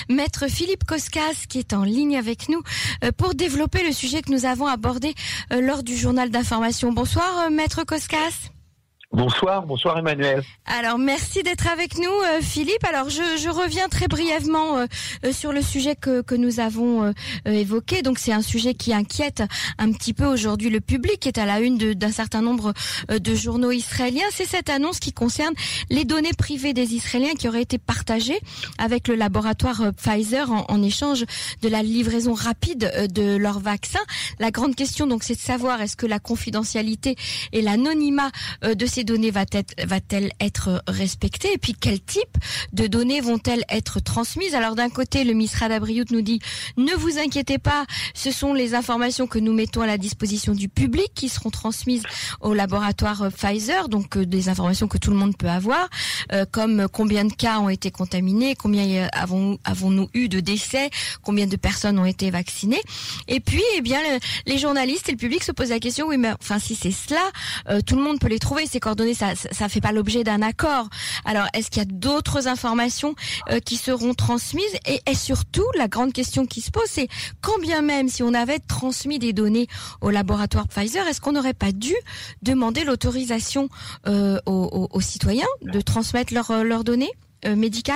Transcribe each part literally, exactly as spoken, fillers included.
Maître Philippe Koskas qui est en ligne avec nous pour développer le sujet que nous avons abordé lors du journal d'information. Bonsoir Maître Koskas. Bonsoir, bonsoir Emmanuel. Alors merci d'être avec nous euh, Philippe. Alors je, je reviens très brièvement euh, euh, sur le sujet que, que nous avons euh, euh, évoqué. Donc c'est un sujet qui inquiète un petit peu aujourd'hui le public, qui est à la une de, d'un certain nombre euh, de journaux israéliens. C'est cette annonce qui concerne les données privées des Israéliens qui auraient été partagées avec le laboratoire euh, Pfizer en, en échange de la livraison rapide euh, de leur vaccin. La grande question donc c'est de savoir est-ce que la confidentialité et l'anonymat euh, de ces données va-t-elle, va-t-elle être respectée et puis quel type de données vont-elles être transmises? Alors d'un côté, le Misrad Abriout nous dit ne vous inquiétez pas, ce sont les informations que nous mettons à la disposition du public qui seront transmises au laboratoire Pfizer, donc euh, des informations que tout le monde peut avoir, euh, comme combien de cas ont été contaminés, combien avons, avons-nous eu de décès, combien de personnes ont été vaccinées. Et puis, eh bien, le, les journalistes et le public se posent la question, oui, mais enfin si c'est cela, euh, tout le monde peut les trouver, ces coordonnées, ça ça fait pas l'objet d'un accord. Alors, est-ce qu'il y a d'autres informations euh, qui seront transmises et, et surtout, la grande question qui se pose, c'est quand bien même si on avait transmis des données au laboratoire Pfizer, est-ce qu'on n'aurait pas dû demander l'autorisation euh, aux, aux, aux citoyens de transmettre leurs leurs données euh, médicales?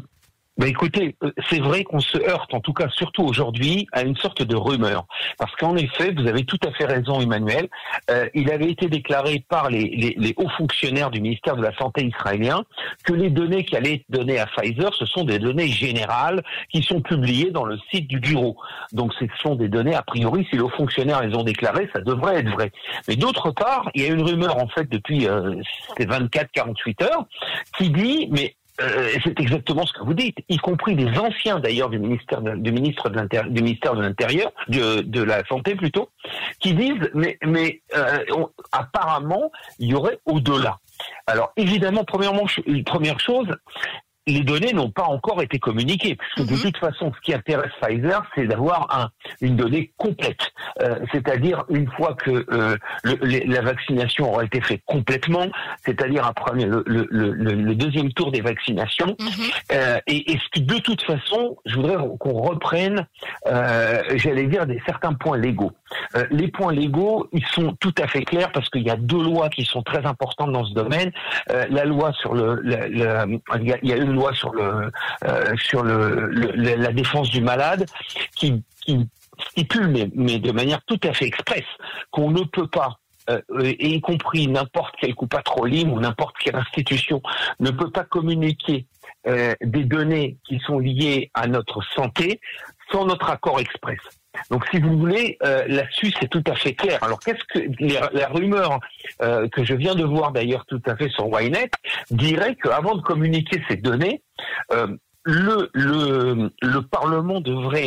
Bah écoutez, c'est vrai qu'on se heurte, en tout cas surtout aujourd'hui, à une sorte de rumeur. Parce qu'en effet, vous avez tout à fait raison Emmanuel, euh, il avait été déclaré par les, les, les hauts fonctionnaires du ministère de la Santé israélien que les données qui allaient être données à Pfizer, ce sont des données générales qui sont publiées dans le site du bureau. Donc ce sont des données, a priori, si les hauts fonctionnaires les ont déclarées, ça devrait être vrai. Mais d'autre part, il y a une rumeur en fait depuis euh, ces vingt-quatre à quarante-huit heures qui dit, mais Euh, c'est exactement ce que vous dites, y compris des anciens d'ailleurs du ministère de, du ministre de l'Intérieur, du ministère de l'Intérieur, de, de la Santé plutôt, qui disent mais mais euh, on, apparemment il y aurait au-delà. Alors évidemment, premièrement, première chose. Les données n'ont pas encore été communiquées, puisque de toute façon, ce qui intéresse Pfizer, c'est d'avoir un, une donnée complète, euh, c'est-à-dire une fois que euh, le, les, la vaccination aura été faite complètement, c'est-à-dire après le, le, le, le deuxième tour des vaccinations, mm-hmm. euh, et, et de toute façon, je voudrais qu'on reprenne, euh, j'allais dire, des certains points légaux. Euh, les points légaux, ils sont tout à fait clairs parce qu'il y a deux lois qui sont très importantes dans ce domaine. Euh, la loi sur le, le, le il y a, il y a une loi sur le euh, sur le, le la défense du malade qui qui stipule mais, mais de manière tout à fait expresse qu'on ne peut pas Euh, et y compris n'importe quel coupatrolim ou n'importe quelle institution ne peut pas communiquer euh, des données qui sont liées à notre santé sans notre accord express. Donc, si vous voulez, euh, là-dessus, c'est tout à fait clair. Alors, qu'est-ce que les, la rumeur euh, que je viens de voir d'ailleurs tout à fait sur Ynet dirait qu'avant de communiquer ces données, euh, le, le, le Parlement devrait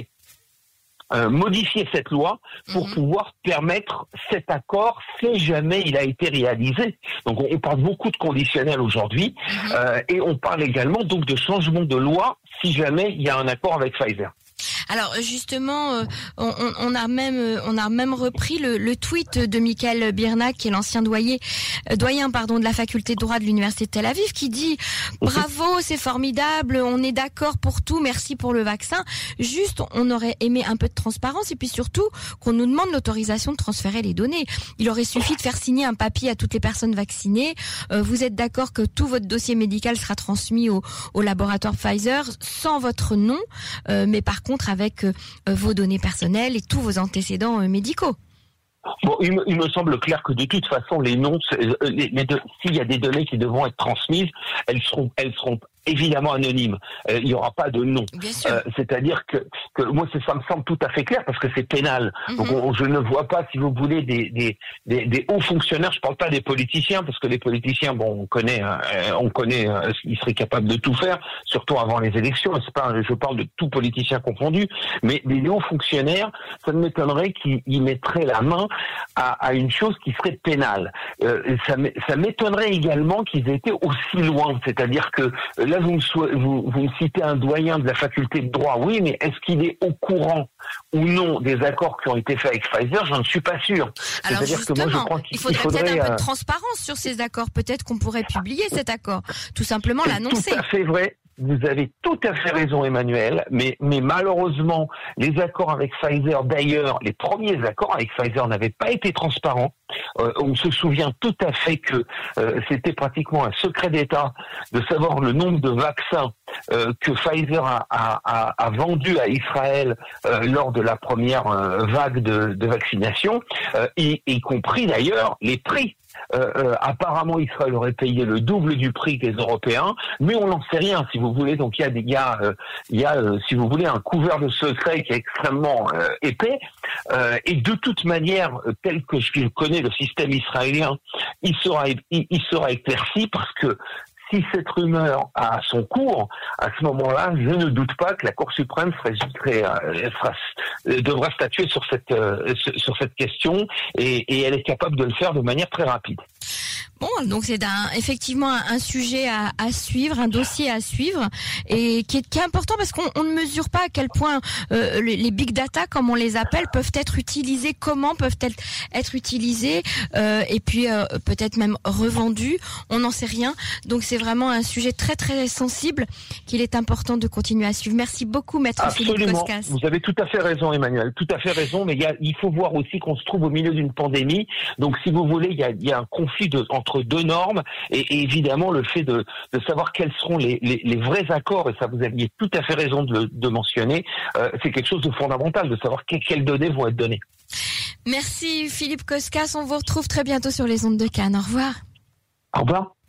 Euh, modifier cette loi pour mmh. pouvoir permettre cet accord si jamais il a été réalisé. Donc on, on parle beaucoup de conditionnel aujourd'hui mmh. euh, et on parle également donc de changement de loi si jamais il y a un accord avec Pfizer. Alors justement, euh, on, on a même on a même repris le, le tweet de Michael Birnak, qui est l'ancien doyen, euh, doyen pardon de la faculté de droit de l'université de Tel Aviv, qui dit bravo, c'est formidable, on est d'accord pour tout, merci pour le vaccin. Juste, on aurait aimé un peu de transparence et puis surtout qu'on nous demande l'autorisation de transférer les données. Il aurait suffi de faire signer un papier à toutes les personnes vaccinées. Euh, vous êtes d'accord que tout votre dossier médical sera transmis au, au laboratoire Pfizer sans votre nom, euh, mais par contre avec euh, vos données personnelles et tous vos antécédents euh, médicaux. Bon, il me, il me semble clair que de toute façon, les noms, les, les deux, s'il y a des données qui devront être transmises, elles seront, elles seront évidemment anonyme. Euh, il n'y aura pas de nom. Euh, c'est-à-dire que, que moi, ça me semble tout à fait clair parce que c'est pénal. Mm-hmm. Donc, on, je ne vois pas, si vous voulez, des, des, des, des hauts fonctionnaires. Je ne parle pas des politiciens parce que les politiciens, bon, on connaît, euh, on connaît, euh, ils seraient capables de tout faire, surtout avant les élections. C'est pas, je parle de tout politicien confondu, mais les hauts fonctionnaires, ça ne m'étonnerait qu'ils y mettraient la main à, à une chose qui serait pénale. Euh, ça, ça m'étonnerait également qu'ils aient été aussi loin. C'est-à-dire que là, vous me, vous, vous me citez un doyen de la faculté de droit, oui, mais est-ce qu'il est au courant ou non des accords qui ont été faits avec Pfizer? Je ne suis pas sûr. Alors justement, que moi, je crois qu'il il faudrait, faudrait peut-être un peu de transparence sur ces accords. Peut-être qu'on pourrait publier cet accord, tout simplement l'annoncer. Tout à fait vrai. vous avez tout à fait raison, Emmanuel, mais, mais malheureusement, les accords avec Pfizer, d'ailleurs, les premiers accords avec Pfizer n'avaient pas été transparents. Euh, on se souvient tout à fait que euh, c'était pratiquement un secret d'État de savoir le nombre de vaccins euh, que Pfizer a, a, a vendu à Israël euh, lors de la première euh, vague de, de vaccination, euh, y, y compris d'ailleurs les prix. Euh, euh, apparemment, Israël aurait payé le double du prix que les Européens, mais on n'en sait rien, si vous voulez. Donc il y a, des, il y a, euh, il y a euh, si vous voulez, un couvert de secret qui est extrêmement euh, épais. Euh, et de toute manière, tel que je connais le système israélien, il sera, il, il sera éclairci parce que si cette rumeur a son cours, à ce moment-là, je ne doute pas que la Cour suprême serait, serait, sera, devra statuer sur cette, sur cette question et, et elle est capable de le faire de manière très rapide. Bon, donc c'est un, effectivement un, un sujet à, à suivre, un dossier à suivre, et qui est, qui est important parce qu'on on ne mesure pas à quel point euh, les, les big data, comme on les appelle, peuvent être utilisés, comment peuvent-elles être utilisées, euh, et puis euh, peut-être même revendus. On n'en sait rien. Donc c'est vraiment un sujet très très sensible qu'il est important de continuer à suivre. Merci beaucoup, maître Absolument. Philippe Koskas. Vous avez tout à fait raison, Emmanuel. Tout à fait raison. Mais il, y a, il faut voir aussi qu'on se trouve au milieu d'une pandémie. Donc, si vous voulez, il y a, il y a un conflit de, entre deux normes et, et évidemment le fait de, de savoir quels seront les, les, les vrais accords, et ça vous aviez tout à fait raison de, de mentionner, euh, c'est quelque chose de fondamental, de savoir que, quelles données vont être données. Merci Philippe Koskas, on vous retrouve très bientôt sur les ondes de Cannes. Au revoir. Au revoir.